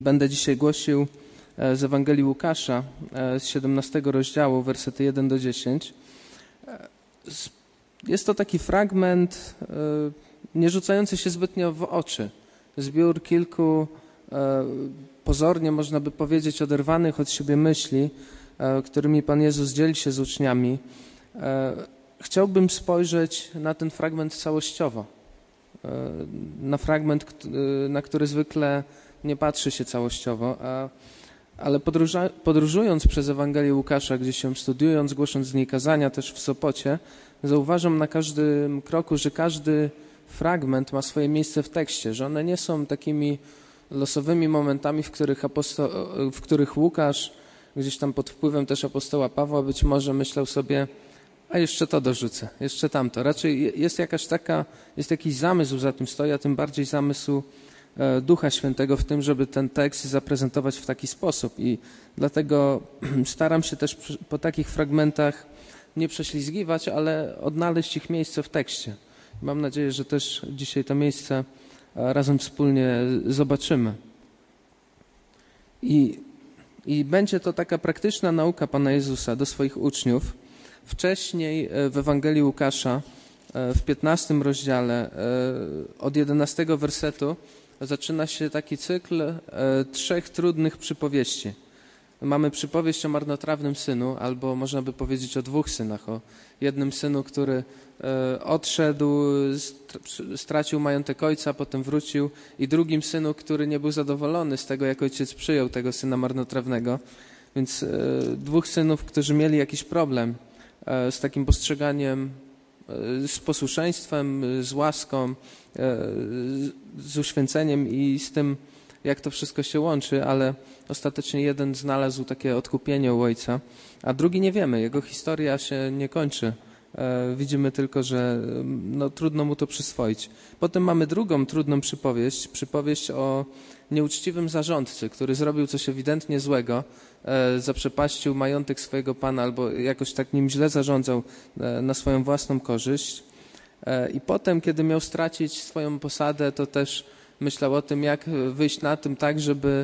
Będę dzisiaj głosił z Ewangelii Łukasza z 17 rozdziału, wersety 1 do 10. Jest to taki fragment nie rzucający się zbytnio w oczy. Zbiór kilku pozornie, można by powiedzieć, oderwanych od siebie myśli, którymi Pan Jezus dzieli się z uczniami. Chciałbym spojrzeć na ten fragment całościowo. Na fragment, na który zwykle nie patrzy się całościowo, ale podróżując przez Ewangelię Łukasza, gdzie się studiując, głosząc z niej kazania też w Sopocie, zauważam na każdym kroku, że każdy fragment ma swoje miejsce w tekście, że one nie są takimi losowymi momentami, w których Łukasz, gdzieś tam pod wpływem też apostoła Pawła, być może myślał sobie, a jeszcze to dorzucę, jeszcze tamto. Raczej jest jakiś zamysł za tym stoi, a tym bardziej zamysł Ducha Świętego w tym, żeby ten tekst zaprezentować w taki sposób. I dlatego staram się też po takich fragmentach nie prześlizgiwać, ale odnaleźć ich miejsce w tekście. Mam nadzieję, że też dzisiaj to miejsce razem wspólnie zobaczymy. I będzie to taka praktyczna nauka Pana Jezusa do swoich uczniów. Wcześniej w Ewangelii Łukasza w 15 rozdziale od 11 wersetu zaczyna się taki cykl 3 trudnych przypowieści. Mamy przypowieść o marnotrawnym synu, albo można by powiedzieć o 2 synach. O jednym synu, który odszedł, stracił majątek ojca, potem wrócił, i drugim synu, który nie był zadowolony z tego, jak ojciec przyjął tego syna marnotrawnego. Więc 2 synów, którzy mieli jakiś problem z takim postrzeganiem, z posłuszeństwem, z łaską, z uświęceniem i z tym, jak to wszystko się łączy, ale ostatecznie jeden znalazł takie odkupienie u ojca, a drugi nie wiemy, jego historia się nie kończy. Widzimy tylko, że trudno mu to przyswoić. Potem mamy drugą trudną przypowieść o nieuczciwym zarządcy, który zrobił coś ewidentnie złego, zaprzepaścił majątek swojego pana albo jakoś tak nim źle zarządzał na swoją własną korzyść. I potem, kiedy miał stracić swoją posadę, to też myślał o tym, jak wyjść na tym tak, żeby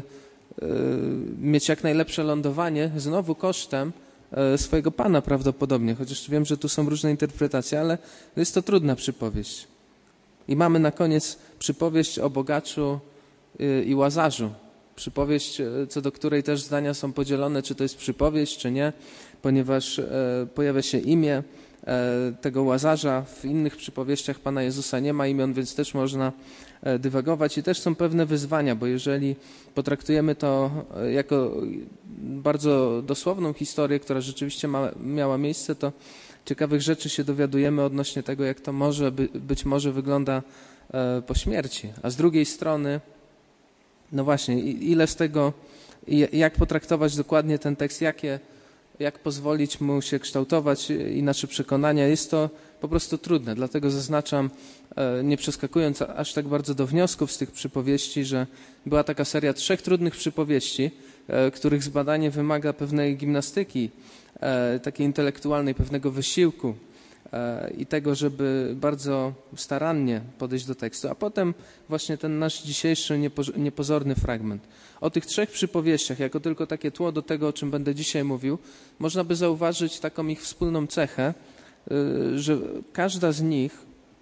mieć jak najlepsze lądowanie, znowu kosztem swojego pana prawdopodobnie, chociaż wiem, że tu są różne interpretacje, ale jest to trudna przypowieść. I mamy na koniec przypowieść o bogaczu i Łazarzu. Przypowieść, co do której też zdania są podzielone, czy to jest przypowieść, czy nie, ponieważ pojawia się imię tego Łazarza. W innych przypowieściach Pana Jezusa nie ma imion, więc też można dywagować i też są pewne wyzwania, bo jeżeli potraktujemy to jako bardzo dosłowną historię, która rzeczywiście miała miejsce, to ciekawych rzeczy się dowiadujemy odnośnie tego, jak to być może wygląda po śmierci. A z drugiej strony, no właśnie, ile z tego, jak potraktować dokładnie ten tekst, jak pozwolić mu się kształtować i nasze przekonania, jest to po prostu trudne. Dlatego zaznaczam, nie przeskakując aż tak bardzo do wniosków z tych przypowieści, że była taka seria 3 trudnych przypowieści, których zbadanie wymaga pewnej gimnastyki, takiej intelektualnej, pewnego wysiłku i tego, żeby bardzo starannie podejść do tekstu. A potem właśnie ten nasz dzisiejszy niepozorny fragment. O tych 3 przypowieściach, jako tylko takie tło do tego, o czym będę dzisiaj mówił, można by zauważyć taką ich wspólną cechę, że każda z nich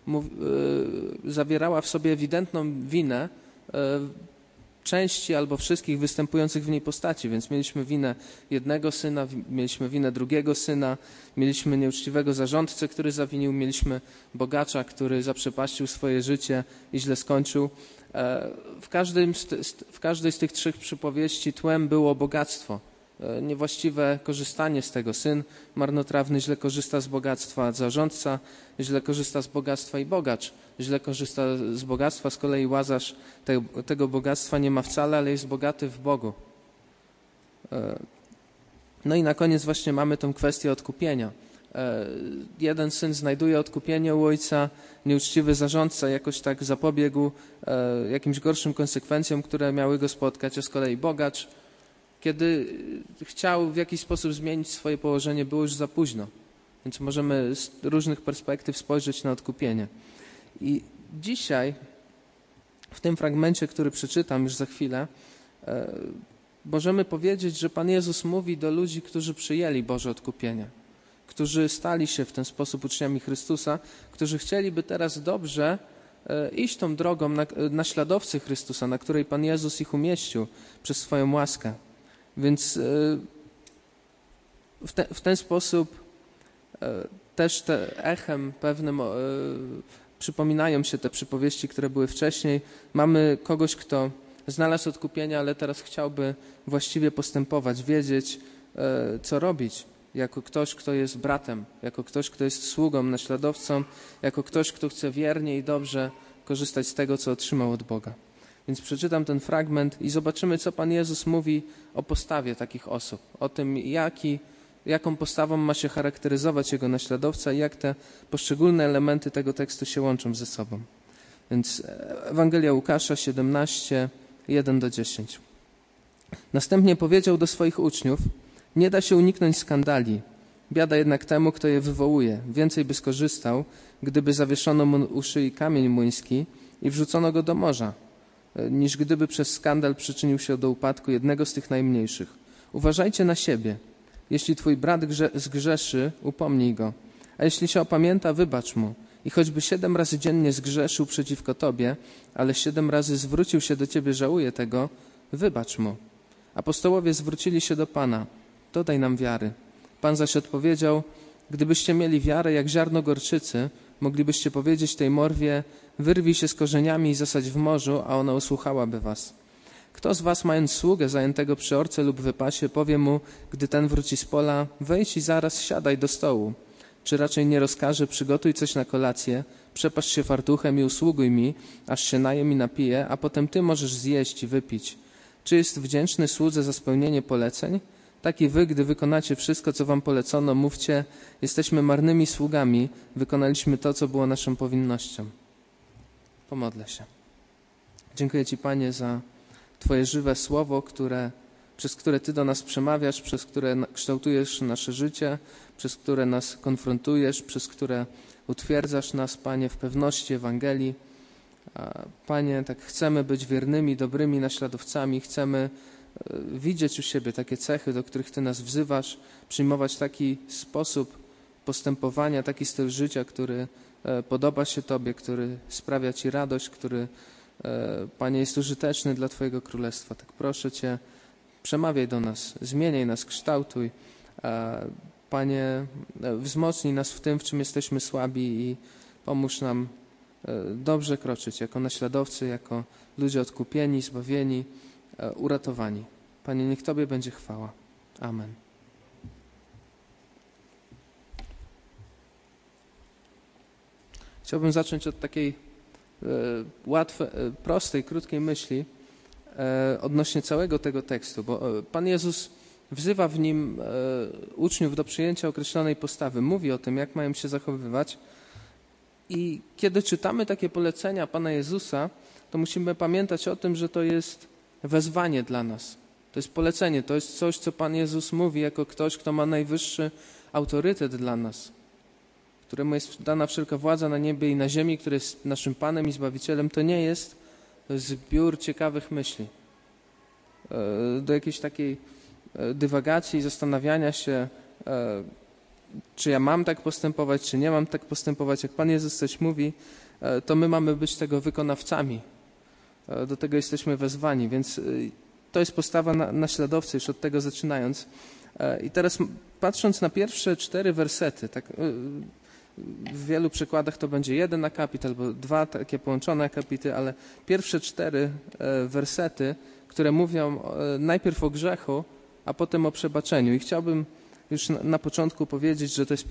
zawierała w sobie ewidentną winę części albo wszystkich występujących w niej postaci, więc mieliśmy winę jednego syna, mieliśmy winę drugiego syna, mieliśmy nieuczciwego zarządcę, który zawinił, mieliśmy bogacza, który zaprzepaścił swoje życie i źle skończył. W każdej z tych 3 przypowieści tłem było bogactwo, niewłaściwe korzystanie z tego. Syn marnotrawny źle korzysta z bogactwa, zarządca źle korzysta z bogactwa i bogacz źle korzysta z bogactwa. Z kolei Łazarz tego bogactwa nie ma wcale, ale jest bogaty w Bogu. No i na koniec właśnie mamy tę kwestię odkupienia. Jeden syn znajduje odkupienie u ojca, nieuczciwy zarządca jakoś tak zapobiegł jakimś gorszym konsekwencjom, które miały go spotkać, a z kolei bogacz, kiedy chciał w jakiś sposób zmienić swoje położenie, było już za późno. Więc możemy z różnych perspektyw spojrzeć na odkupienie. I dzisiaj w tym fragmencie, który przeczytam już za chwilę, możemy powiedzieć, że Pan Jezus mówi do ludzi, którzy przyjęli Boże odkupienie, którzy stali się w ten sposób uczniami Chrystusa, którzy chcieliby teraz dobrze iść tą drogą naśladowcy Chrystusa, na której Pan Jezus ich umieścił przez swoją łaskę. Więc w ten sposób też echem pewnym przypominają się te przypowieści, które były wcześniej. Mamy kogoś, kto znalazł odkupienie, ale teraz chciałby właściwie postępować, wiedzieć, co robić, jako ktoś, kto jest bratem, jako ktoś, kto jest sługą, naśladowcą, jako ktoś, kto chce wiernie i dobrze korzystać z tego, co otrzymał od Boga. Więc przeczytam ten fragment i zobaczymy, co Pan Jezus mówi o postawie takich osób, o tym, jaką postawą ma się charakteryzować Jego naśladowca i jak te poszczególne elementy tego tekstu się łączą ze sobą. Więc Ewangelia Łukasza 17, 1-10. Następnie powiedział do swoich uczniów: nie da się uniknąć skandali. Biada jednak temu, kto je wywołuje. Więcej by skorzystał, gdyby zawieszono mu u szyi kamień młyński i wrzucono go do morza, niż gdyby przez skandal przyczynił się do upadku jednego z tych najmniejszych. Uważajcie na siebie. Jeśli twój brat zgrzeszy, upomnij go. A jeśli się opamięta, wybacz mu. I choćby 7 razy dziennie zgrzeszył przeciwko tobie, ale 7 razy zwrócił się do ciebie, żałuje tego, wybacz mu. Apostołowie zwrócili się do Pana: dodaj nam wiary. Pan zaś odpowiedział: gdybyście mieli wiarę jak ziarno gorczycy, moglibyście powiedzieć tej morwie: wyrwij się z korzeniami i zasadź w morzu, a ona usłuchałaby was. Kto z was, mając sługę zajętego przy orce lub wypasie, powie mu, gdy ten wróci z pola: wejdź i zaraz siadaj do stołu? Czy raczej nie rozkaże: przygotuj coś na kolację, przepasz się fartuchem i usługuj mi, aż się najem i napiję, a potem ty możesz zjeść i wypić? Czy jest wdzięczny słudze za spełnienie poleceń? Tak i wy, gdy wykonacie wszystko, co wam polecono, mówcie: jesteśmy marnymi sługami, wykonaliśmy to, co było naszą powinnością. Pomodlę się. Dziękuję Ci, Panie, za Twoje żywe słowo, przez które Ty do nas przemawiasz, przez które kształtujesz nasze życie, przez które nas konfrontujesz, przez które utwierdzasz nas, Panie, w pewności Ewangelii. Panie, tak chcemy być wiernymi, dobrymi naśladowcami, chcemy widzieć u siebie takie cechy, do których Ty nas wzywasz, przyjmować taki sposób postępowania, taki styl życia, który podoba się Tobie, który sprawia Ci radość, który, Panie, jest użyteczny dla Twojego Królestwa. Tak proszę Cię, przemawiaj do nas, zmieniaj nas, kształtuj. Panie, wzmocnij nas w tym, w czym jesteśmy słabi i pomóż nam dobrze kroczyć jako naśladowcy, jako ludzie odkupieni, zbawieni, uratowani. Panie, niech Tobie będzie chwała. Amen. Chciałbym zacząć od takiej prostej, krótkiej myśli odnośnie całego tego tekstu, bo Pan Jezus wzywa w nim uczniów do przyjęcia określonej postawy. Mówi o tym, jak mają się zachowywać. I kiedy czytamy takie polecenia Pana Jezusa, to musimy pamiętać o tym, że to jest wezwanie dla nas. To jest polecenie, to jest coś, co Pan Jezus mówi jako ktoś, kto ma najwyższy autorytet dla nas, któremu jest dana wszelka władza na niebie i na ziemi, który jest naszym Panem i Zbawicielem. To nie jest zbiór ciekawych myśli. Do jakiejś takiej dywagacji, zastanawiania się, czy ja mam tak postępować, czy nie mam tak postępować. Jak Pan Jezus coś mówi, to my mamy być tego wykonawcami. Do tego jesteśmy wezwani, więc to jest postawa naśladowcy, już od tego zaczynając. I teraz patrząc na pierwsze 4 wersety, tak w wielu przykładach to będzie 1 akapit albo 2 takie połączone akapity, ale pierwsze 4 wersety, które mówią najpierw o grzechu, a potem o przebaczeniu. I chciałbym już na początku powiedzieć, że to jest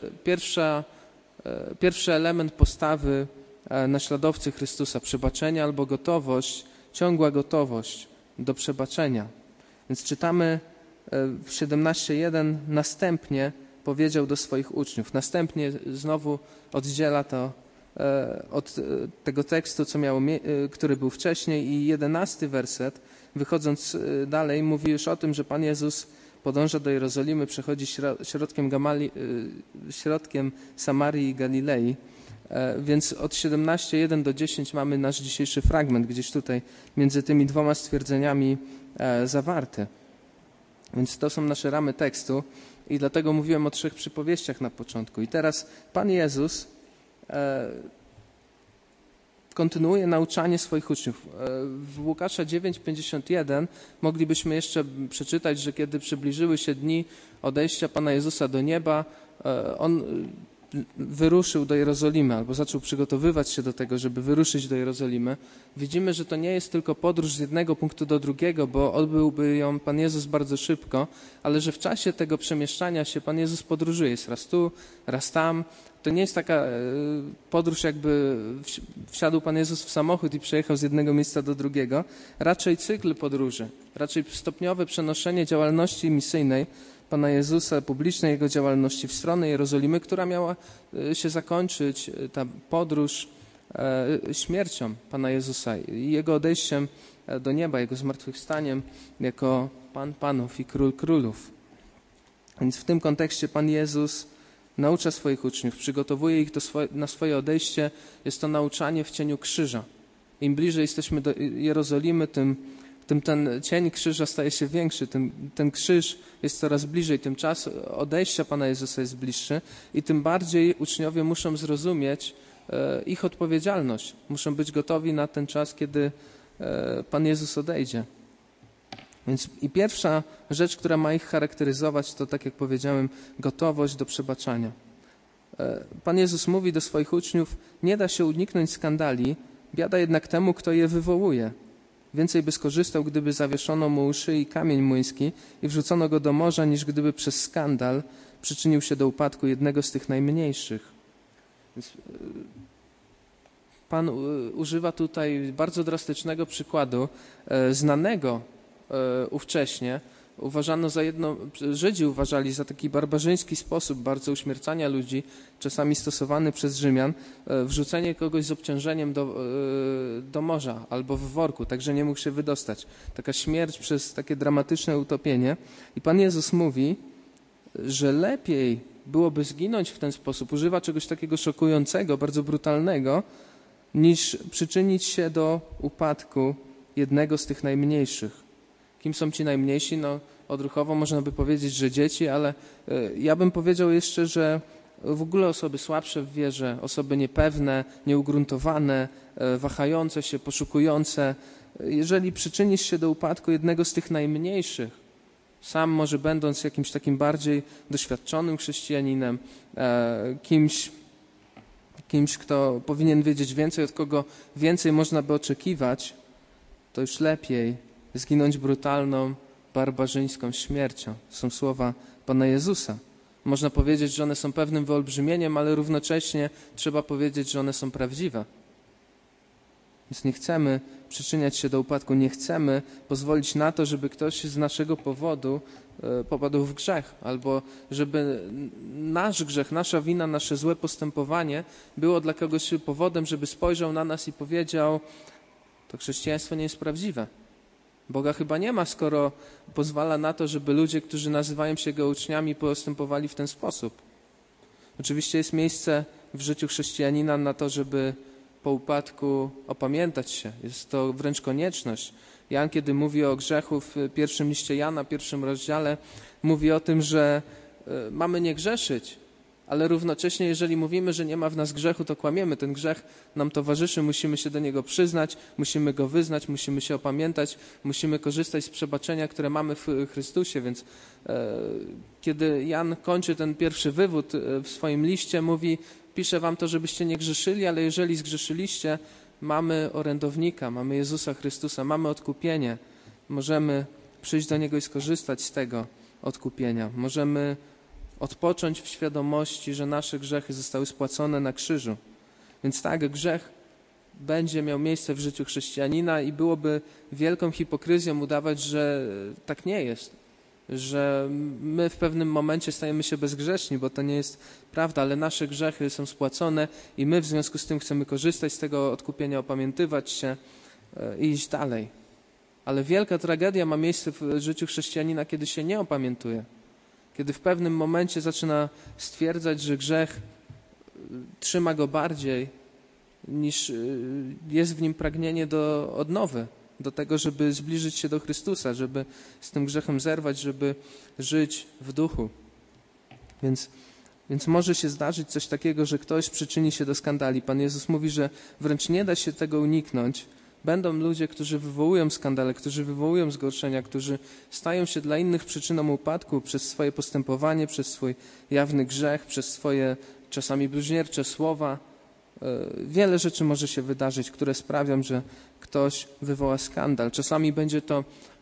pierwszy element postawy naśladowcy Chrystusa, przebaczenia albo gotowość, ciągła gotowość do przebaczenia. Więc czytamy w 17:1: następnie powiedział do swoich uczniów. Następnie znowu oddziela to od tego tekstu, który był wcześniej, i 11 werset, wychodząc dalej, mówi już o tym, że Pan Jezus podąża do Jerozolimy, przechodzi środkiem Samarii i Galilei. Więc od 17:1 do 10 mamy nasz dzisiejszy fragment, gdzieś tutaj między tymi 2 stwierdzeniami zawarty. Więc to są nasze ramy tekstu i dlatego mówiłem o 3 przypowieściach na początku. I teraz Pan Jezus kontynuuje nauczanie swoich uczniów. W Łukasza 9:51 moglibyśmy jeszcze przeczytać, że kiedy przybliżyły się dni odejścia Pana Jezusa do nieba, On wyruszył do Jerozolimy albo zaczął przygotowywać się do tego, żeby wyruszyć do Jerozolimy. Widzimy, że to nie jest tylko podróż z jednego punktu do drugiego, bo odbyłby ją Pan Jezus bardzo szybko, ale że w czasie tego przemieszczania się Pan Jezus podróżuje. Jest raz tu, raz tam. To nie jest taka podróż, jakby wsiadł Pan Jezus w samochód i przejechał z jednego miejsca do drugiego. Raczej cykl podróży, raczej stopniowe przenoszenie działalności misyjnej Pana Jezusa, publicznej Jego działalności w stronę Jerozolimy, która miała się zakończyć, ta podróż, śmiercią Pana Jezusa i Jego odejściem do nieba, Jego zmartwychwstaniem jako Pan Panów i Król Królów. Więc w tym kontekście Pan Jezus naucza swoich uczniów, przygotowuje ich na swoje odejście. Jest to nauczanie w cieniu krzyża. Im bliżej jesteśmy do Jerozolimy, tym ten cień krzyża staje się większy, ten krzyż jest coraz bliżej, tym czas odejścia Pana Jezusa jest bliższy i tym bardziej uczniowie muszą zrozumieć ich odpowiedzialność. Muszą być gotowi na ten czas, kiedy Pan Jezus odejdzie. Więc i pierwsza rzecz, która ma ich charakteryzować, to, tak jak powiedziałem, gotowość do przebaczania. Pan Jezus mówi do swoich uczniów: nie da się uniknąć skandali, biada jednak temu, kto je wywołuje. Więcej by skorzystał, gdyby zawieszono mu u szyi kamień młyński i wrzucono go do morza, niż gdyby przez skandal przyczynił się do upadku jednego z tych najmniejszych. Więc Pan używa tutaj bardzo drastycznego przykładu, znanego ówcześnie. Żydzi uważali za taki barbarzyński sposób bardzo uśmiercania ludzi, czasami stosowany przez Rzymian, wrzucenie kogoś z obciążeniem do morza albo w worku, tak że nie mógł się wydostać. Taka śmierć przez takie dramatyczne utopienie. I Pan Jezus mówi, że lepiej byłoby zginąć w ten sposób, używa czegoś takiego szokującego, bardzo brutalnego, niż przyczynić się do upadku jednego z tych najmniejszych. Kim są ci najmniejsi? No, odruchowo można by powiedzieć, że dzieci, ale ja bym powiedział jeszcze, że w ogóle osoby słabsze w wierze, osoby niepewne, nieugruntowane, wahające się, poszukujące. Jeżeli przyczynisz się do upadku jednego z tych najmniejszych, sam może będąc jakimś takim bardziej doświadczonym chrześcijaninem, kimś, kto powinien wiedzieć więcej, od kogo więcej można by oczekiwać, to już lepiej zginąć brutalną, barbarzyńską śmiercią. Są słowa Pana Jezusa. Można powiedzieć, że one są pewnym wyolbrzymieniem, ale równocześnie trzeba powiedzieć, że one są prawdziwe. Więc nie chcemy przyczyniać się do upadku, nie chcemy pozwolić na to, żeby ktoś z naszego powodu popadł w grzech, albo żeby nasz grzech, nasza wina, nasze złe postępowanie było dla kogoś powodem, żeby spojrzał na nas i powiedział: to chrześcijaństwo nie jest prawdziwe. Boga chyba nie ma, skoro pozwala na to, żeby ludzie, którzy nazywają się Jego uczniami, postępowali w ten sposób. Oczywiście jest miejsce w życiu chrześcijanina na to, żeby po upadku opamiętać się. Jest to wręcz konieczność. Jan, kiedy mówi o grzechu w pierwszym liście Jana, 1 rozdziale, mówi o tym, że mamy nie grzeszyć, ale równocześnie, jeżeli mówimy, że nie ma w nas grzechu, to kłamiemy. Ten grzech nam towarzyszy, musimy się do niego przyznać, musimy go wyznać, musimy się opamiętać, musimy korzystać z przebaczenia, które mamy w Chrystusie. Więc kiedy Jan kończy ten pierwszy wywód w swoim liście, mówi: piszę wam to, żebyście nie grzeszyli, ale jeżeli zgrzeszyliście, mamy orędownika, mamy Jezusa Chrystusa, mamy odkupienie. Możemy przyjść do Niego i skorzystać z tego odkupienia. Możemy odpocząć w świadomości, że nasze grzechy zostały spłacone na krzyżu. Więc tak, grzech będzie miał miejsce w życiu chrześcijanina i byłoby wielką hipokryzją udawać, że tak nie jest, że my w pewnym momencie stajemy się bezgrzeszni, bo to nie jest prawda, ale nasze grzechy są spłacone i my w związku z tym chcemy korzystać z tego odkupienia, opamiętywać się i iść dalej. Ale wielka tragedia ma miejsce w życiu chrześcijanina, kiedy się nie opamiętuje. Kiedy w pewnym momencie zaczyna stwierdzać, że grzech trzyma go bardziej, niż jest w nim pragnienie do odnowy, do tego, żeby zbliżyć się do Chrystusa, żeby z tym grzechem zerwać, żeby żyć w duchu. Więc może się zdarzyć coś takiego, że ktoś przyczyni się do skandali. Pan Jezus mówi, że wręcz nie da się tego uniknąć. Będą ludzie, którzy wywołują skandale, którzy wywołują zgorszenia, którzy stają się dla innych przyczyną upadku przez swoje postępowanie, przez swój jawny grzech, przez swoje czasami bluźniercze słowa. Wiele rzeczy może się wydarzyć, które sprawią, że ktoś wywoła skandal. Czasami będzie to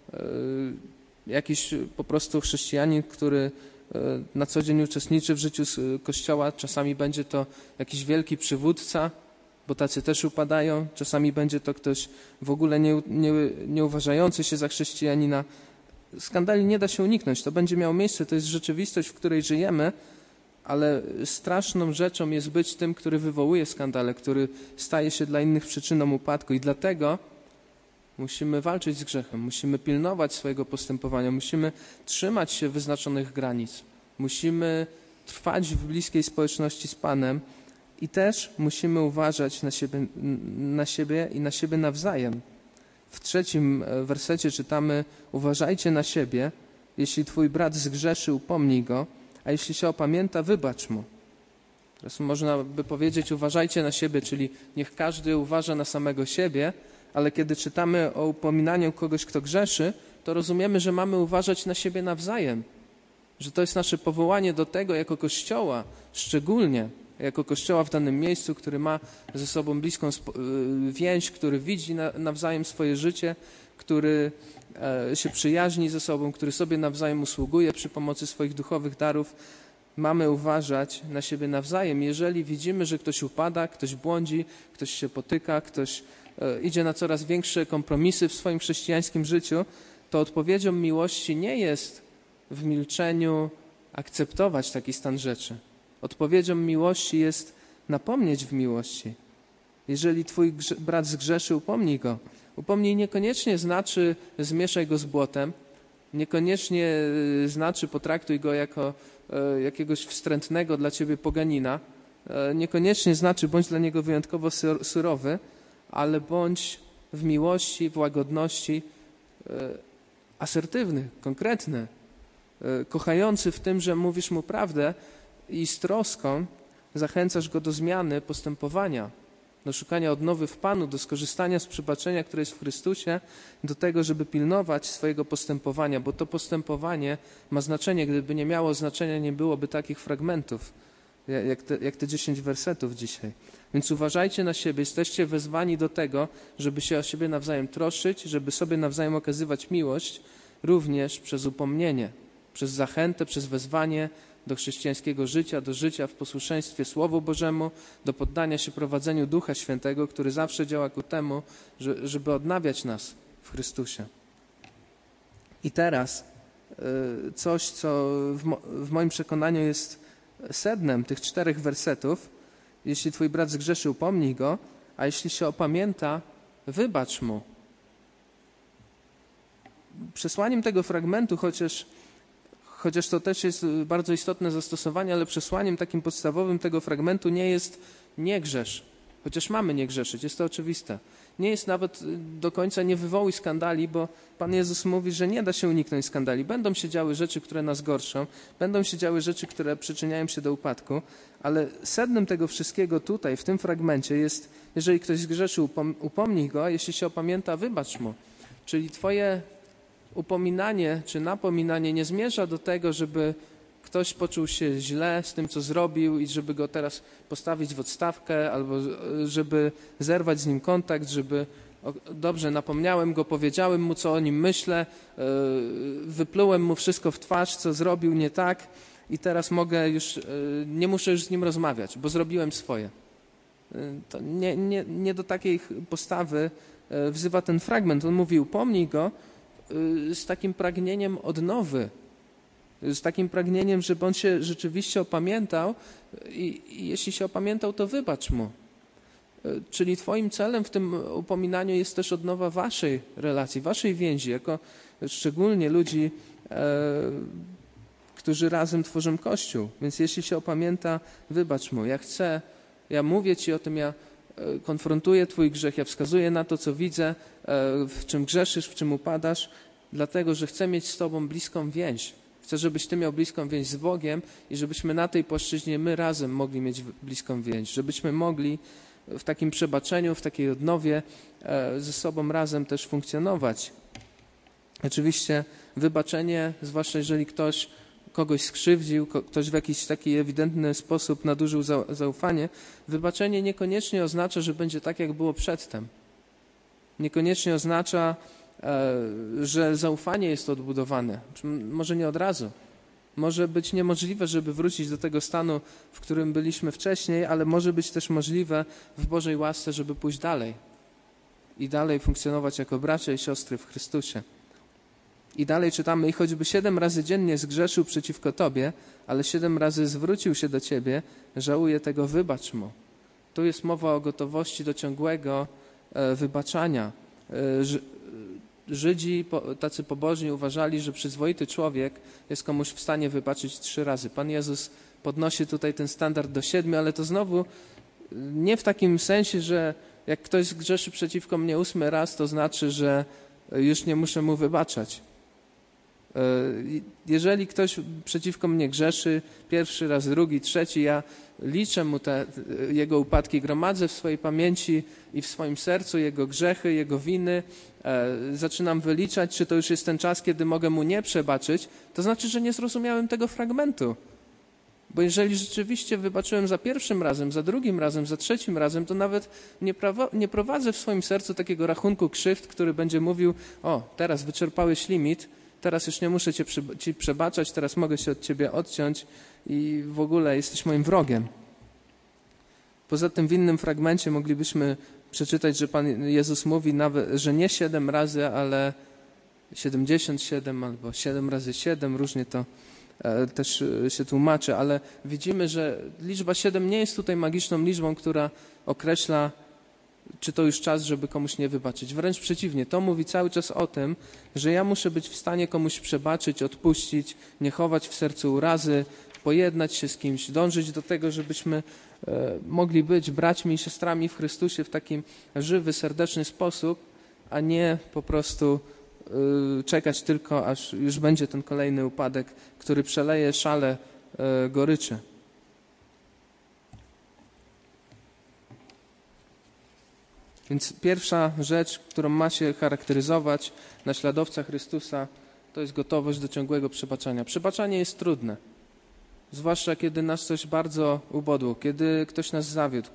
jakiś po prostu chrześcijanin, który na co dzień uczestniczy w życiu Kościoła. Czasami będzie to jakiś wielki przywódca, bo tacy też upadają. Czasami będzie to ktoś w ogóle nie uważający się za chrześcijanina. Skandali nie da się uniknąć. To będzie miało miejsce. To jest rzeczywistość, w której żyjemy, ale straszną rzeczą jest być tym, który wywołuje skandale, który staje się dla innych przyczyną upadku. I dlatego musimy walczyć z grzechem, musimy pilnować swojego postępowania, musimy trzymać się wyznaczonych granic, musimy trwać w bliskiej społeczności z Panem i też musimy uważać na siebie i na siebie nawzajem. W 3 wersecie czytamy: uważajcie na siebie, jeśli twój brat zgrzeszy, upomnij go, a jeśli się opamięta, wybacz mu. Teraz można by powiedzieć: uważajcie na siebie, czyli niech każdy uważa na samego siebie, ale kiedy czytamy o upominaniu kogoś, kto grzeszy, to rozumiemy, że mamy uważać na siebie nawzajem, że to jest nasze powołanie do tego jako Kościoła, szczególnie jako Kościoła w danym miejscu, który ma ze sobą bliską więź, który widzi nawzajem swoje życie, który się przyjaźni ze sobą, który sobie nawzajem usługuje przy pomocy swoich duchowych darów. Mamy uważać na siebie nawzajem. Jeżeli widzimy, że ktoś upada, ktoś błądzi, ktoś się potyka, ktoś idzie na coraz większe kompromisy w swoim chrześcijańskim życiu, to odpowiedzią miłości nie jest w milczeniu akceptować taki stan rzeczy. Odpowiedzią miłości jest napomnieć w miłości. Jeżeli twój brat zgrzeszy, upomnij go. Upomnij niekoniecznie znaczy zmieszaj go z błotem, niekoniecznie znaczy potraktuj go jako jakiegoś wstrętnego dla ciebie poganina, niekoniecznie znaczy bądź dla niego wyjątkowo surowy, ale bądź w miłości, w łagodności asertywny, konkretny, kochający w tym, że mówisz mu prawdę i z troską zachęcasz go do zmiany postępowania, do szukania odnowy w Panu, do skorzystania z przebaczenia, które jest w Chrystusie, do tego, żeby pilnować swojego postępowania, bo to postępowanie ma znaczenie. Gdyby nie miało znaczenia, nie byłoby takich fragmentów, jak te 10 wersetów dzisiaj. Więc uważajcie na siebie, jesteście wezwani do tego, żeby się o siebie nawzajem troszczyć, żeby sobie nawzajem okazywać miłość, również przez upomnienie, przez zachętę, przez wezwanie do chrześcijańskiego życia, do życia w posłuszeństwie Słowu Bożemu, do poddania się prowadzeniu Ducha Świętego, który zawsze działa ku temu, żeby odnawiać nas w Chrystusie. I teraz coś, co w moim przekonaniu jest sednem tych 4 wersetów. Jeśli twój brat zgrzeszy, upomnij go, a jeśli się opamięta, wybacz mu. Przesłaniem tego fragmentu, chociaż to też jest bardzo istotne zastosowanie, ale przesłaniem takim podstawowym tego fragmentu nie jest nie grzesz, chociaż mamy nie grzeszyć, jest to oczywiste. Nie jest nawet do końca nie wywołuj skandali, bo Pan Jezus mówi, że nie da się uniknąć skandali. Będą się działy rzeczy, które nas gorszą, będą się działy rzeczy, które przyczyniają się do upadku, ale sednem tego wszystkiego tutaj, w tym fragmencie jest, jeżeli ktoś zgrzeszy, upomnij go, a jeśli się opamięta, wybacz mu. Czyli twoje upominanie czy napominanie nie zmierza do tego, żeby ktoś poczuł się źle z tym, co zrobił i żeby go teraz postawić w odstawkę albo żeby zerwać z nim kontakt, żeby dobrze, napomniałem go, powiedziałem mu, co o nim myślę, wyplułem mu wszystko w twarz, co zrobił nie tak i teraz nie muszę już z nim rozmawiać, bo zrobiłem swoje. To nie do takiej postawy wzywa ten fragment. On mówi, upomnij go z takim pragnieniem odnowy, z takim pragnieniem, żeby on się rzeczywiście opamiętał i jeśli się opamiętał, to wybacz mu. Czyli twoim celem w tym upominaniu jest też odnowa waszej relacji, waszej więzi, jako szczególnie ludzi, którzy razem tworzą Kościół. Więc jeśli się opamięta, wybacz mu. Ja mówię ci o tym, konfrontuję Twój grzech, ja wskazuję na to, co widzę, w czym grzeszysz, w czym upadasz, dlatego, że chcę mieć z Tobą bliską więź. Chcę, żebyś Ty miał bliską więź z Bogiem i żebyśmy na tej płaszczyźnie my razem mogli mieć bliską więź, żebyśmy mogli w takim przebaczeniu, w takiej odnowie ze sobą razem też funkcjonować. Oczywiście wybaczenie, zwłaszcza jeżeli ktoś kogoś skrzywdził, ktoś w jakiś taki ewidentny sposób nadużył zaufanie, wybaczenie niekoniecznie oznacza, że będzie tak, jak było przedtem. Niekoniecznie oznacza, że zaufanie jest odbudowane. Może nie od razu. Może być niemożliwe, żeby wrócić do tego stanu, w którym byliśmy wcześniej, ale może być też możliwe w Bożej łasce, żeby pójść dalej i dalej funkcjonować jako bracia i siostry w Chrystusie. I dalej czytamy, i choćby 7 razy dziennie zgrzeszył przeciwko Tobie, ale 7 razy zwrócił się do Ciebie, żałuje tego, wybacz mu. Tu jest mowa o gotowości do ciągłego wybaczania. Żydzi, tacy pobożni, uważali, że przyzwoity człowiek jest komuś w stanie wybaczyć 3 razy. Pan Jezus podnosi tutaj ten standard do 7, ale to znowu nie w takim sensie, że jak ktoś zgrzeszy przeciwko mnie 8 raz, to znaczy, że już nie muszę mu wybaczać. Jeżeli ktoś przeciwko mnie grzeszy 1 raz, 2, 3, ja liczę mu te jego upadki, gromadzę w swojej pamięci i w swoim sercu jego grzechy, jego winy, zaczynam wyliczać, czy to już jest ten czas, kiedy mogę mu nie przebaczyć, to znaczy, że nie zrozumiałem tego fragmentu. Bo jeżeli rzeczywiście wybaczyłem za 1 razem, za 2 razem, za 3 razem, to nawet nie prowadzę w swoim sercu takiego rachunku krzywd, który będzie mówił, o, teraz wyczerpałeś limit, teraz już nie muszę Ci przebaczać, teraz mogę się od Ciebie odciąć i w ogóle jesteś moim wrogiem. Poza tym w innym fragmencie moglibyśmy przeczytać, że Pan Jezus mówi nawet, że nie 7 razy, ale 77 albo 7 razy 7, różnie to też się tłumaczy, ale widzimy, że liczba 7 nie jest tutaj magiczną liczbą, która określa, czy to już czas, żeby komuś nie wybaczyć. Wręcz przeciwnie, to mówi cały czas o tym, że ja muszę być w stanie komuś przebaczyć, odpuścić, nie chować w sercu urazy, pojednać się z kimś, dążyć do tego, żebyśmy mogli być braćmi i siostrami w Chrystusie w takim żywy, serdeczny sposób, a nie po prostu czekać tylko, aż już będzie ten kolejny upadek, który przeleje szale goryczy. Więc pierwsza rzecz, którą ma się charakteryzować naśladowca Chrystusa, to jest gotowość do ciągłego przebaczania. Przebaczanie jest trudne, zwłaszcza kiedy nas coś bardzo ubodło, kiedy ktoś nas zawiódł,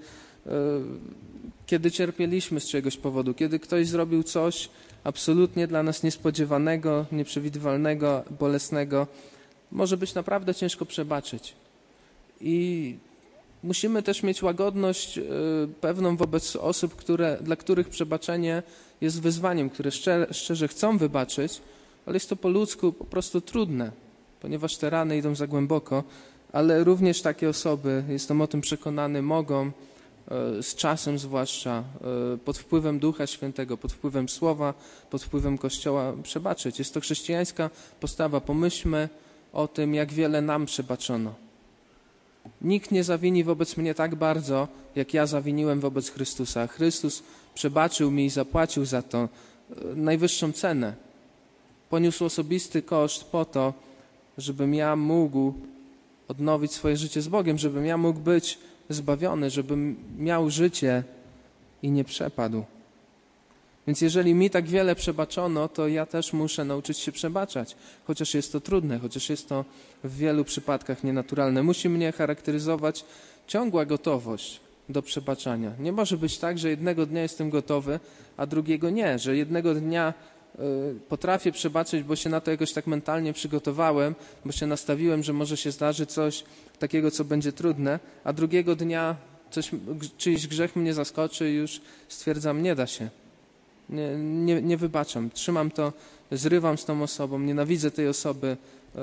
kiedy cierpieliśmy z czegoś powodu, kiedy ktoś zrobił coś absolutnie dla nas niespodziewanego, nieprzewidywalnego, bolesnego. Może być naprawdę ciężko przebaczyć. I musimy też mieć łagodność pewną wobec osób, dla których przebaczenie jest wyzwaniem, które szczerze chcą wybaczyć, ale jest to po ludzku po prostu trudne, ponieważ te rany idą za głęboko, ale również takie osoby, jestem o tym przekonany, mogą z czasem zwłaszcza, pod wpływem Ducha Świętego, pod wpływem Słowa, pod wpływem Kościoła przebaczyć. Jest to chrześcijańska postawa. Pomyślmy o tym, jak wiele nam przebaczono. Nikt nie zawini wobec mnie tak bardzo, jak ja zawiniłem wobec Chrystusa. Chrystus przebaczył mi i zapłacił za to najwyższą cenę. Poniósł osobisty koszt po to, żebym ja mógł odnowić swoje życie z Bogiem, żebym ja mógł być zbawiony, żebym miał życie i nie przepadł. Więc jeżeli mi tak wiele przebaczono, to ja też muszę nauczyć się przebaczać, chociaż jest to trudne, chociaż jest to w wielu przypadkach nienaturalne. Musi mnie charakteryzować ciągła gotowość do przebaczania. Nie może być tak, że jednego dnia jestem gotowy, a drugiego nie, że jednego dnia potrafię przebaczyć, bo się na to jakoś tak mentalnie przygotowałem, bo się nastawiłem, że może się zdarzy coś takiego, co będzie trudne, a drugiego dnia czyjś grzech mnie zaskoczy i już stwierdzam, nie da się. Nie wybaczam. Trzymam to, zrywam z tą osobą, nienawidzę tej osoby,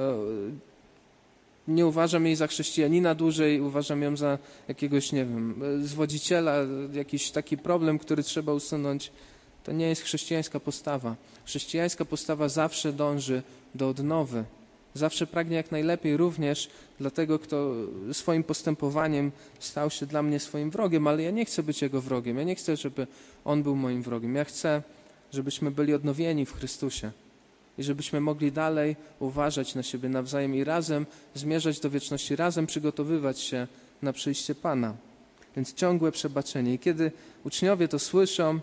nie uważam jej za chrześcijanina dłużej, uważam ją za jakiegoś, nie wiem, zwodziciela, jakiś taki problem, który trzeba usunąć. To nie jest chrześcijańska postawa. Chrześcijańska postawa zawsze dąży do odnowy. Zawsze pragnie jak najlepiej również dla tego, kto swoim postępowaniem stał się dla mnie swoim wrogiem, ale ja nie chcę być jego wrogiem. Ja nie chcę, żeby on był moim wrogiem. Ja chcę, żebyśmy byli odnowieni w Chrystusie i żebyśmy mogli dalej uważać na siebie nawzajem i razem zmierzać do wieczności, razem przygotowywać się na przyjście Pana. Więc ciągłe przebaczenie. I kiedy uczniowie to słyszą,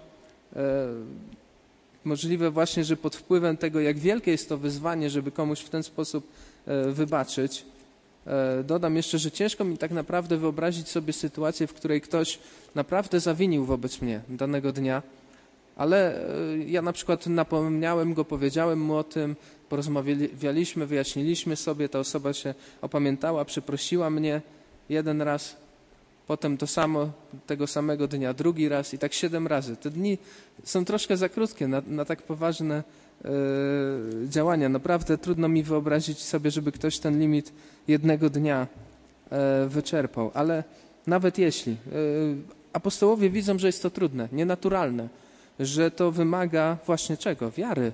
możliwe właśnie, że pod wpływem tego, jak wielkie jest to wyzwanie, żeby komuś w ten sposób wybaczyć, dodam jeszcze, że ciężko mi tak naprawdę wyobrazić sobie sytuację, w której ktoś naprawdę zawinił wobec mnie danego dnia, ale ja na przykład napomniałem go, powiedziałem mu o tym, porozmawialiśmy, wyjaśniliśmy sobie, ta osoba się opamiętała, przeprosiła mnie jeden raz, potem to samo, tego samego dnia, drugi raz i tak 7 razy. Te dni są troszkę za krótkie na tak poważne działania. Naprawdę trudno mi wyobrazić sobie, żeby ktoś ten limit jednego dnia wyczerpał. Ale nawet jeśli, apostołowie widzą, że jest to trudne, nienaturalne, że to wymaga właśnie czego? Wiary.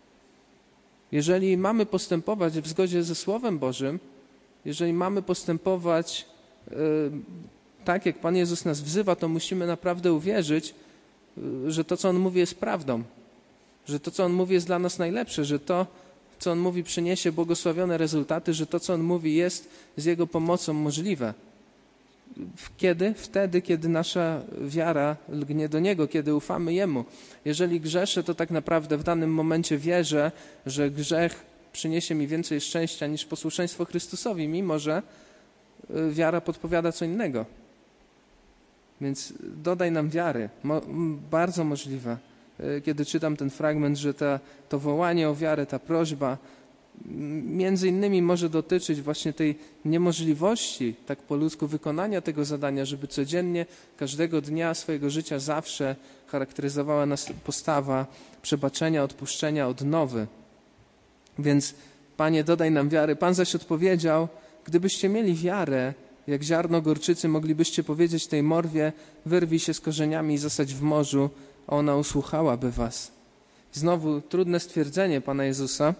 Jeżeli mamy postępować w zgodzie ze Słowem Bożym, jeżeli mamy postępować tak, jak Pan Jezus nas wzywa, to musimy naprawdę uwierzyć, że to, co On mówi, jest prawdą, że to, co On mówi, jest dla nas najlepsze, że to, co On mówi, przyniesie błogosławione rezultaty, że to, co On mówi, jest z Jego pomocą możliwe. Kiedy? Wtedy, kiedy nasza wiara lgnie do Niego, kiedy ufamy Jemu. Jeżeli grzeszę, to tak naprawdę w danym momencie wierzę, że grzech przyniesie mi więcej szczęścia niż posłuszeństwo Chrystusowi, mimo że wiara podpowiada co innego. Więc dodaj nam wiary. Bardzo możliwe, kiedy czytam ten fragment, że to wołanie o wiarę, ta prośba między innymi może dotyczyć właśnie tej niemożliwości, tak po ludzku, wykonania tego zadania, żeby codziennie, każdego dnia swojego życia zawsze charakteryzowała nas postawa przebaczenia, odpuszczenia, odnowy. Więc Panie, dodaj nam wiary. Pan zaś odpowiedział: gdybyście mieli wiarę, jak ziarno gorczycy, moglibyście powiedzieć tej morwie: wyrwij się z korzeniami i zasadź w morzu, a ona usłuchałaby was. Znowu trudne stwierdzenie Pana Jezusa,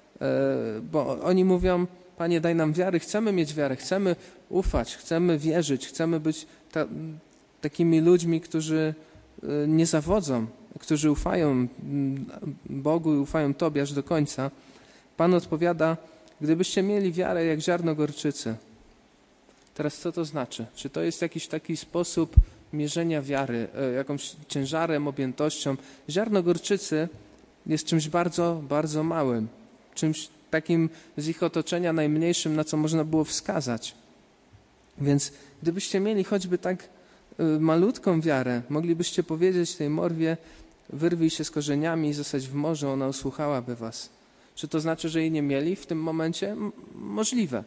bo oni mówią: Panie, daj nam wiary, chcemy mieć wiarę, chcemy ufać, chcemy wierzyć, chcemy być takimi ludźmi, którzy nie zawodzą, którzy ufają Bogu i ufają Tobie aż do końca. Pan odpowiada: gdybyście mieli wiarę jak ziarno gorczycy. Teraz co to znaczy? Czy to jest jakiś taki sposób mierzenia wiary, jakąś ciężarem, objętością? Ziarno gorczycy jest czymś bardzo, bardzo małym, czymś takim z ich otoczenia najmniejszym, na co można było wskazać. Więc gdybyście mieli choćby tak malutką wiarę, moglibyście powiedzieć tej morwie: wyrwij się z korzeniami i zasadź w morzu, ona usłuchałaby was. Czy to znaczy, że jej nie mieli w tym momencie? Możliwe.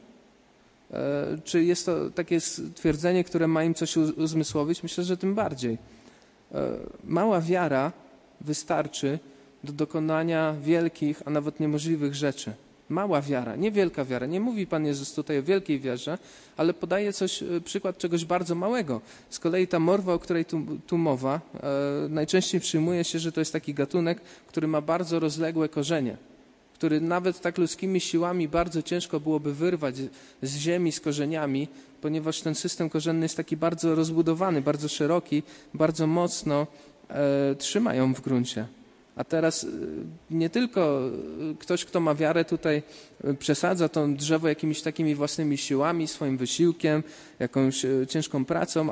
Czy jest to takie stwierdzenie, które ma im coś uzmysłowić? Myślę, że tym bardziej. Mała wiara wystarczy do dokonania wielkich, a nawet niemożliwych rzeczy. Mała wiara, nie wielka wiara. Nie mówi Pan Jezus tutaj o wielkiej wierze, ale podaje przykład czegoś bardzo małego. Z kolei ta morwa, o której tu mowa, najczęściej przyjmuje się, że to jest taki gatunek, który ma bardzo rozległe korzenie, który nawet tak ludzkimi siłami bardzo ciężko byłoby wyrwać z ziemi, z korzeniami, ponieważ ten system korzenny jest taki bardzo rozbudowany, bardzo szeroki, bardzo mocno trzyma ją w gruncie. A teraz nie tylko ktoś, kto ma wiarę, tutaj przesadza to drzewo jakimiś takimi własnymi siłami, swoim wysiłkiem, jakąś ciężką pracą,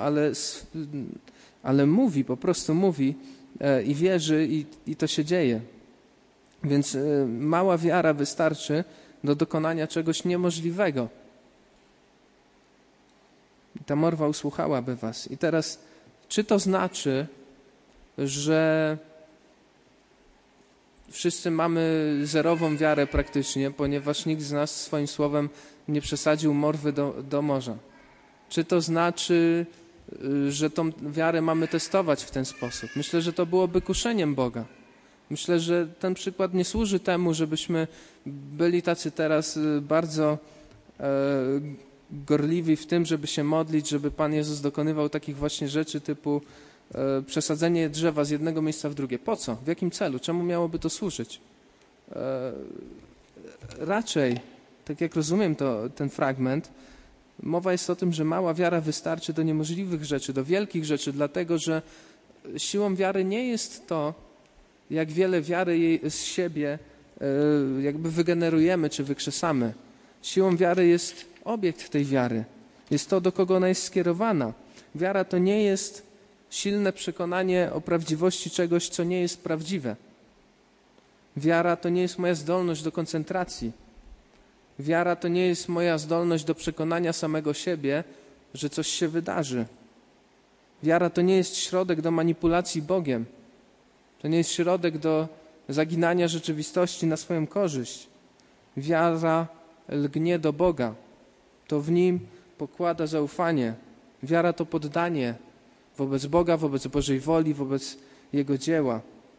ale mówi, po prostu mówi i wierzy i to się dzieje. Więc mała wiara wystarczy do dokonania czegoś niemożliwego. Ta morwa usłuchałaby was. I teraz, czy to znaczy, że wszyscy mamy zerową wiarę praktycznie, ponieważ nikt z nas swoim słowem nie przesadził morwy do morza? Czy to znaczy, że tą wiarę mamy testować w ten sposób? Myślę, że to byłoby kuszeniem Boga. Myślę, że ten przykład nie służy temu, żebyśmy byli tacy teraz bardzo gorliwi w tym, żeby się modlić, żeby Pan Jezus dokonywał takich właśnie rzeczy typu przesadzenie drzewa z jednego miejsca w drugie. Po co? W jakim celu? Czemu miałoby to służyć? Raczej tak jak rozumiem ten fragment, mowa jest o tym, że mała wiara wystarczy do niemożliwych rzeczy, do wielkich rzeczy, dlatego że siłą wiary nie jest to, jak wiele wiary z siebie jakby wygenerujemy czy wykrzesamy. Siłą wiary jest obiekt tej wiary. Jest to, do kogo ona jest skierowana. Wiara to nie jest silne przekonanie o prawdziwości czegoś, co nie jest prawdziwe. Wiara to nie jest moja zdolność do koncentracji. Wiara to nie jest moja zdolność do przekonania samego siebie, że coś się wydarzy. Wiara to nie jest środek do manipulacji Bogiem. To nie jest środek do zaginania rzeczywistości na swoją korzyść. Wiara lgnie do Boga. To w Nim pokłada zaufanie. Wiara to poddanie wobec Boga, wobec Bożej woli, wobec Jego dzieła.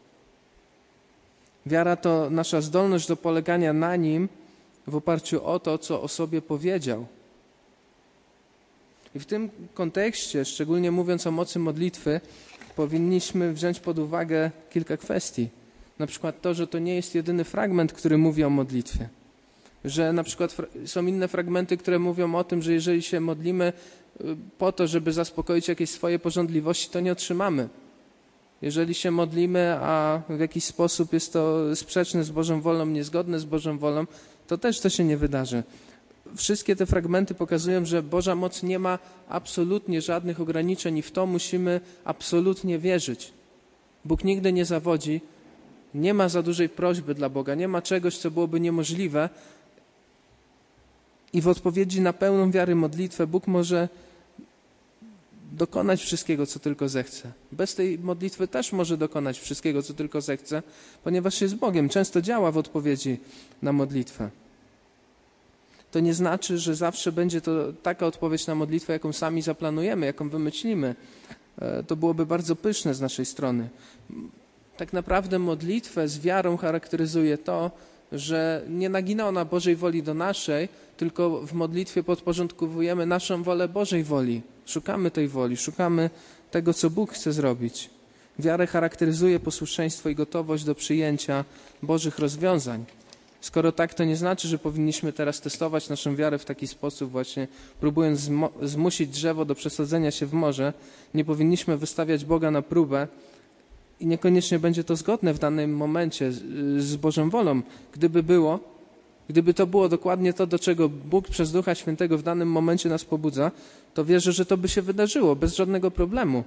Wiara to nasza zdolność do polegania na Nim w oparciu o to, co o sobie powiedział. I w tym kontekście, szczególnie mówiąc o mocy modlitwy, powinniśmy wziąć pod uwagę kilka kwestii. Na przykład to, że to nie jest jedyny fragment, który mówi o modlitwie. Że na przykład są inne fragmenty, które mówią o tym, że jeżeli się modlimy po to, żeby zaspokoić jakieś swoje pożądliwości, to nie otrzymamy. Jeżeli się modlimy, a w jakiś sposób jest to sprzeczne z Bożą wolą, niezgodne z Bożą wolą, to też to się nie wydarzy. Wszystkie te fragmenty pokazują, że Boża moc nie ma absolutnie żadnych ograniczeń i w to musimy absolutnie wierzyć. Bóg nigdy nie zawodzi, nie ma za dużej prośby dla Boga, nie ma czegoś, co byłoby niemożliwe i w odpowiedzi na pełną wiary modlitwę Bóg może dokonać wszystkiego, co tylko zechce. Bez tej modlitwy też może dokonać wszystkiego, co tylko zechce, ponieważ jest Bogiem. Często działa w odpowiedzi na modlitwę. To nie znaczy, że zawsze będzie to taka odpowiedź na modlitwę, jaką sami zaplanujemy, jaką wymyślimy. To byłoby bardzo pyszne z naszej strony. Tak naprawdę modlitwę z wiarą charakteryzuje to, że nie nagina ona Bożej woli do naszej, tylko w modlitwie podporządkowujemy naszą wolę Bożej woli. Szukamy tej woli, szukamy tego, co Bóg chce zrobić. Wiarę charakteryzuje posłuszeństwo i gotowość do przyjęcia Bożych rozwiązań. Skoro tak, to nie znaczy, że powinniśmy teraz testować naszą wiarę w taki sposób właśnie, próbując zmusić drzewo do przesadzenia się w morze. Nie powinniśmy wystawiać Boga na próbę i niekoniecznie będzie to zgodne w danym momencie z Bożą wolą. Gdyby to było dokładnie to, do czego Bóg przez Ducha Świętego w danym momencie nas pobudza, to wierzę, że to by się wydarzyło bez żadnego problemu.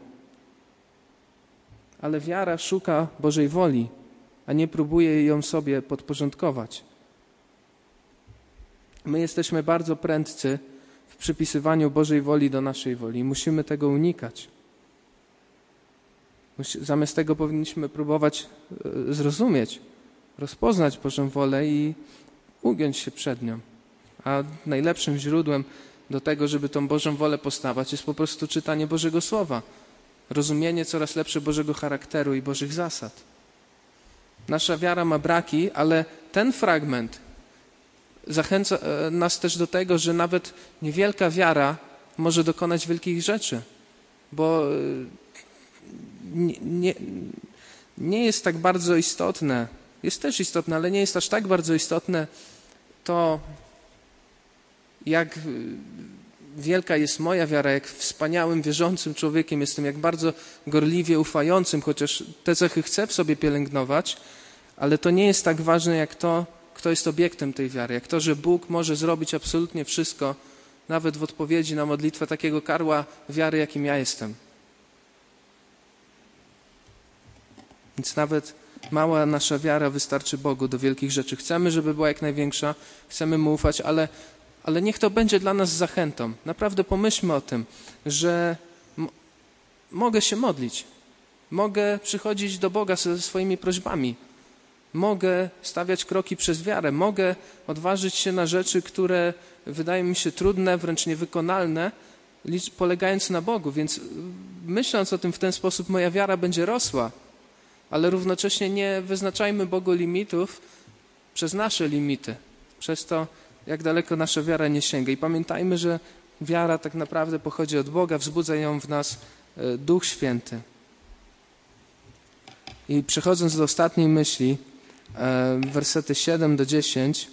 Ale wiara szuka Bożej woli, a nie próbuje ją sobie podporządkować. My jesteśmy bardzo prędcy w przypisywaniu Bożej woli do naszej woli. Musimy tego unikać. Zamiast tego powinniśmy próbować zrozumieć, rozpoznać Bożą wolę i ugiąć się przed nią. A najlepszym źródłem do tego, żeby tą Bożą wolę poznawać, jest po prostu czytanie Bożego Słowa. Rozumienie coraz lepsze Bożego charakteru i Bożych zasad. Nasza wiara ma braki, ale ten fragment zachęca nas też do tego, że nawet niewielka wiara może dokonać wielkich rzeczy, bo nie jest tak bardzo istotne, jest też istotne, ale nie jest aż tak bardzo istotne to, jak wielka jest moja wiara, jak wspaniałym, wierzącym człowiekiem jestem, jak bardzo gorliwie ufającym, chociaż te cechy chcę w sobie pielęgnować, ale to nie jest tak ważne jak to, kto jest obiektem tej wiary, jak to, że Bóg może zrobić absolutnie wszystko, nawet w odpowiedzi na modlitwę takiego karła wiary, jakim ja jestem. Więc nawet mała nasza wiara wystarczy Bogu do wielkich rzeczy. Chcemy, żeby była jak największa, chcemy Mu ufać, ale niech to będzie dla nas zachętą. Naprawdę pomyślmy o tym, że mogę się modlić, mogę przychodzić do Boga ze swoimi prośbami, mogę stawiać kroki przez wiarę, mogę odważyć się na rzeczy, które wydają mi się trudne, wręcz niewykonalne, polegając na Bogu. Więc myśląc o tym w ten sposób, moja wiara będzie rosła, ale równocześnie nie wyznaczajmy Bogu limitów przez nasze limity, przez to, jak daleko nasza wiara nie sięga. I pamiętajmy, że wiara tak naprawdę pochodzi od Boga, wzbudza ją w nas Duch Święty. I przechodząc do ostatniej myśli, wersety 7 do 10,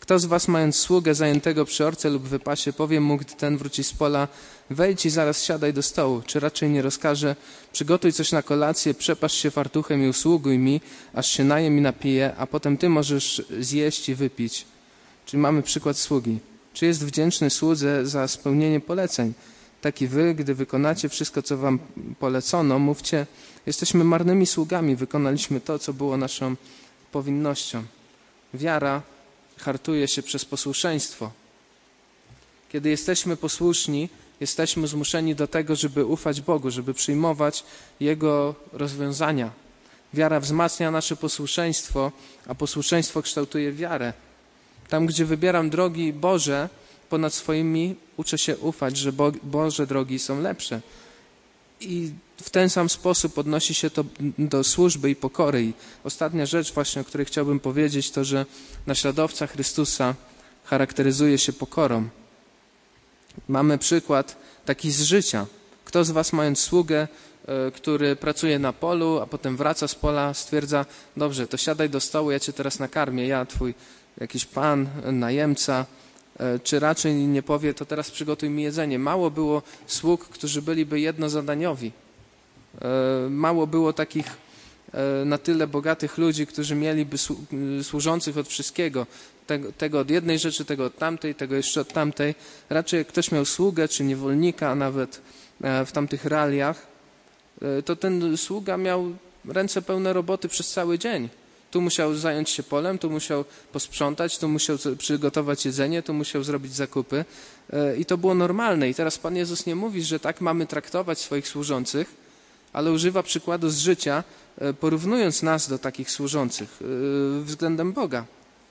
Kto z was, mając sługę zajętego przy orce lub wypasie, powie mu, gdy ten wróci z pola, wejdź i zaraz siadaj do stołu, czy raczej nie rozkaże, przygotuj coś na kolację, przepasz się fartuchem i usługuj mi, aż się najem i napiję, a potem ty możesz zjeść i wypić. Czyli mamy przykład sługi. Czy jest wdzięczny słudze za spełnienie poleceń? Tak i wy, gdy wykonacie wszystko, co wam polecono, mówcie, jesteśmy marnymi sługami, wykonaliśmy to, co było naszą powinnością. Wiara hartuje się przez posłuszeństwo. Kiedy jesteśmy posłuszni, jesteśmy zmuszeni do tego, żeby ufać Bogu, żeby przyjmować Jego rozwiązania. Wiara wzmacnia nasze posłuszeństwo, a posłuszeństwo kształtuje wiarę. Tam, gdzie wybieram drogi Boże ponad swoimi, uczę się ufać, że Boże drogi są lepsze. I w ten sam sposób odnosi się to do służby i pokory. I ostatnia rzecz właśnie, o której chciałbym powiedzieć, to, że naśladowca Chrystusa charakteryzuje się pokorą. Mamy przykład taki z życia. Kto z was, mając sługę, który pracuje na polu, a potem wraca z pola, stwierdza, dobrze, to siadaj do stołu, ja cię teraz nakarmię, ja, twój jakiś pan, najemca, czy raczej nie powie, to teraz przygotuj mi jedzenie. Mało było sług, którzy byliby jednozadaniowi. Mało było takich na tyle bogatych ludzi, którzy mieliby służących od wszystkiego. Tego od jednej rzeczy, tego od tamtej, tego jeszcze od tamtej. Raczej jak ktoś miał sługę, czy niewolnika nawet w tamtych realiach, to ten sługa miał ręce pełne roboty przez cały dzień. Tu musiał zająć się polem, tu musiał posprzątać, tu musiał przygotować jedzenie, tu musiał zrobić zakupy i to było normalne. I teraz Pan Jezus nie mówi, że tak mamy traktować swoich służących, ale używa przykładu z życia, porównując nas do takich służących względem Boga.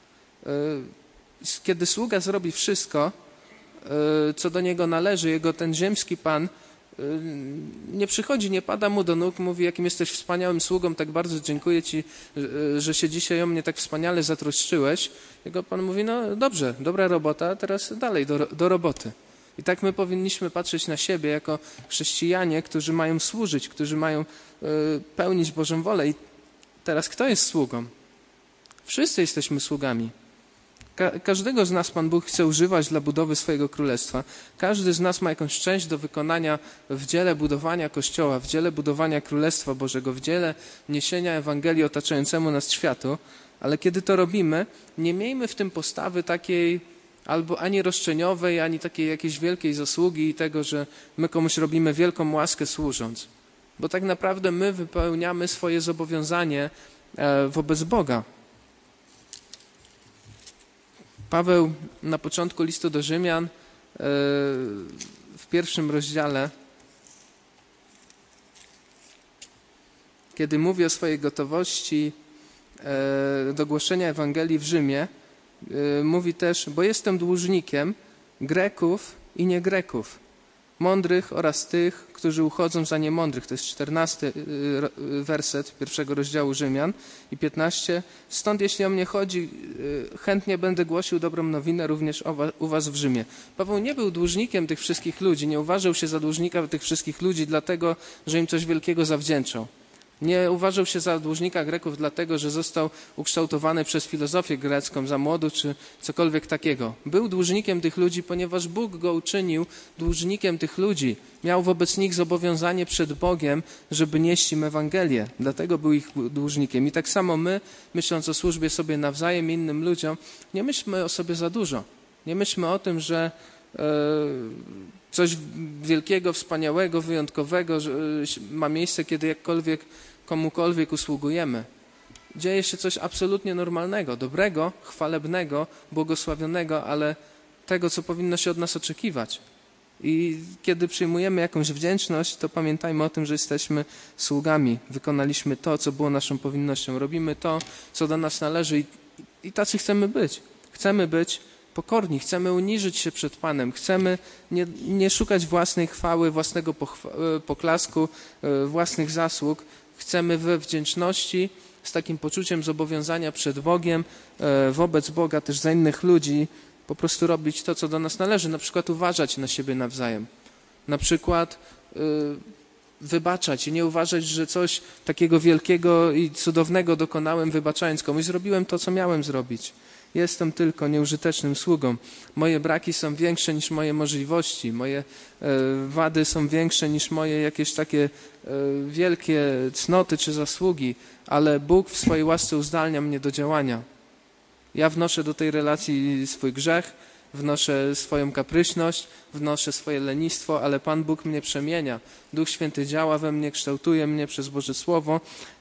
Kiedy sługa zrobi wszystko, co do niego należy, jego ten ziemski Pan nie przychodzi, nie pada mu do nóg, mówi, jakim jesteś wspaniałym sługą, tak bardzo dziękuję Ci, że się dzisiaj o mnie tak wspaniale zatroszczyłeś. Jego Pan mówi, no dobrze, dobra robota, teraz dalej do roboty. I tak my powinniśmy patrzeć na siebie jako chrześcijanie, którzy mają służyć, którzy mają pełnić Bożą wolę. I teraz kto jest sługą? Wszyscy jesteśmy sługami. Każdego z nas Pan Bóg chce używać dla budowy swojego królestwa. Każdy z nas ma jakąś część do wykonania w dziele budowania Kościoła, w dziele budowania Królestwa Bożego, w dziele niesienia Ewangelii otaczającemu nas światu, ale kiedy to robimy, nie miejmy w tym postawy takiej albo ani roszczeniowej, ani takiej jakiejś wielkiej zasługi i tego, że my komuś robimy wielką łaskę służąc. Bo tak naprawdę my wypełniamy swoje zobowiązanie wobec Boga. Paweł na początku listu do Rzymian w 1 rozdziale, kiedy mówi o swojej gotowości do głoszenia Ewangelii w Rzymie, mówi też, bo jestem dłużnikiem Greków i niegreków, mądrych oraz tych, którzy uchodzą za niemądrych. To jest 14 werset 1 rozdziału Rzymian i 15. Stąd jeśli o mnie chodzi, chętnie będę głosił dobrą nowinę również u was w Rzymie. Paweł nie był dłużnikiem tych wszystkich ludzi, nie uważał się za dłużnika tych wszystkich ludzi dlatego, że im coś wielkiego zawdzięczał. Nie uważał się za dłużnika Greków dlatego, że został ukształtowany przez filozofię grecką za młodu, czy cokolwiek takiego. Był dłużnikiem tych ludzi, ponieważ Bóg go uczynił dłużnikiem tych ludzi. Miał wobec nich zobowiązanie przed Bogiem, żeby nieść im Ewangelię. Dlatego był ich dłużnikiem. I tak samo my, myśląc o służbie sobie nawzajem i innym ludziom, nie myślmy o sobie za dużo. Nie myślmy o tym, że coś wielkiego, wspaniałego, wyjątkowego ma miejsce, kiedy jakkolwiek komukolwiek usługujemy. Dzieje się coś absolutnie normalnego, dobrego, chwalebnego, błogosławionego, ale tego, co powinno się od nas oczekiwać. I kiedy przyjmujemy jakąś wdzięczność, to pamiętajmy o tym, że jesteśmy sługami. Wykonaliśmy to, co było naszą powinnością. Robimy to, co do nas należy i tacy chcemy być. Chcemy być pokorni, chcemy uniżyć się przed Panem, chcemy nie szukać własnej chwały, własnego poklasku, własnych zasług. Chcemy we wdzięczności, z takim poczuciem zobowiązania przed Bogiem, wobec Boga, też za innych ludzi, po prostu robić to, co do nas należy. Na przykład uważać na siebie nawzajem. Na przykład wybaczać i nie uważać, że coś takiego wielkiego i cudownego dokonałem, wybaczając komuś. Zrobiłem to, co miałem zrobić. Jestem tylko nieużytecznym sługą. Moje braki są większe niż moje możliwości. Moje wady są większe niż moje jakieś takie wielkie cnoty czy zasługi, ale Bóg w swojej łasce uzdalnia mnie do działania. Ja wnoszę do tej relacji swój grzech, wnoszę swoją kapryśność, wnoszę swoje lenistwo, ale Pan Bóg mnie przemienia. Duch Święty działa we mnie, kształtuje mnie przez Boże Słowo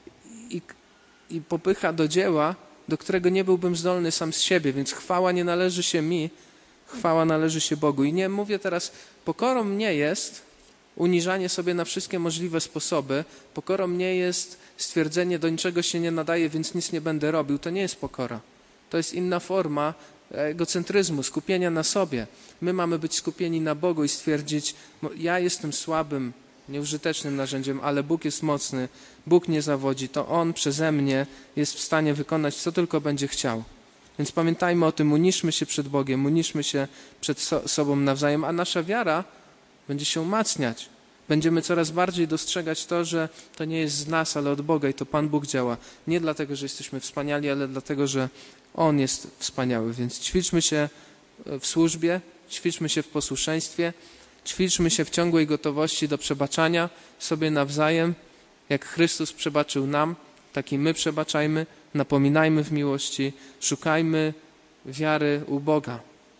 i popycha do dzieła, do którego nie byłbym zdolny sam z siebie, więc chwała nie należy się mi, chwała należy się Bogu. I nie mówię teraz, pokorą mnie jest uniżanie sobie na wszystkie możliwe sposoby, pokorą mnie jest stwierdzenie, do niczego się nie nadaje, więc nic nie będę robił. To nie jest pokora. To jest inna forma egocentryzmu, skupienia na sobie. My mamy być skupieni na Bogu i stwierdzić, ja jestem słabym, nieużytecznym narzędziem, ale Bóg jest mocny, Bóg nie zawodzi, to On przeze mnie jest w stanie wykonać, co tylko będzie chciał. Więc pamiętajmy o tym, uniszmy się przed Bogiem, uniszmy się przed sobą nawzajem, a nasza wiara będzie się umacniać. Będziemy coraz bardziej dostrzegać to, że to nie jest z nas, ale od Boga i to Pan Bóg działa. Nie dlatego, że jesteśmy wspaniali, ale dlatego, że On jest wspaniały. Więc ćwiczmy się w służbie, ćwiczmy się w posłuszeństwie, ćwiczmy się w ciągłej gotowości do przebaczania sobie nawzajem. Jak Chrystus przebaczył nam, tak i my przebaczajmy, napominajmy w miłości, szukajmy wiary u Boga.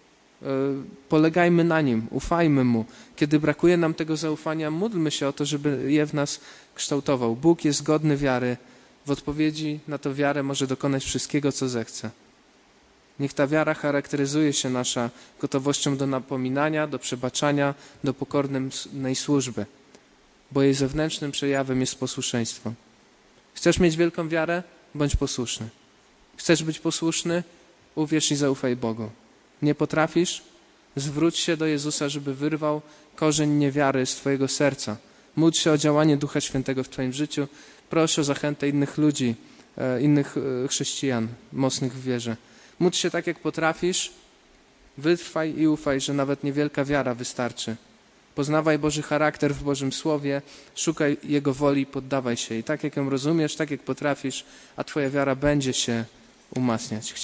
Polegajmy na Nim, ufajmy Mu. Kiedy brakuje nam tego zaufania, módlmy się o to, żeby je w nas kształtował. Bóg jest godny wiary. W odpowiedzi na tę wiarę może dokonać wszystkiego, co zechce. Niech ta wiara charakteryzuje się nasza gotowością do napominania, do przebaczania, do pokornej służby, bo jej zewnętrznym przejawem jest posłuszeństwo. Chcesz mieć wielką wiarę? Bądź posłuszny. Chcesz być posłuszny? Uwierz i zaufaj Bogu. Nie potrafisz? Zwróć się do Jezusa, żeby wyrwał korzeń niewiary z twojego serca. Módl się o działanie Ducha Świętego w twoim życiu. Proś o zachętę innych ludzi, innych chrześcijan mocnych w wierze. Módl się tak, jak potrafisz. Wytrwaj i ufaj, że nawet niewielka wiara wystarczy. Poznawaj Boży charakter w Bożym Słowie, szukaj Jego woli i poddawaj się. I tak, jak ją rozumiesz, tak, jak potrafisz, a twoja wiara będzie się umacniać.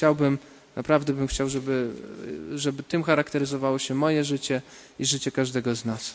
Naprawdę bym chciał, żeby tym charakteryzowało się moje życie i życie każdego z nas.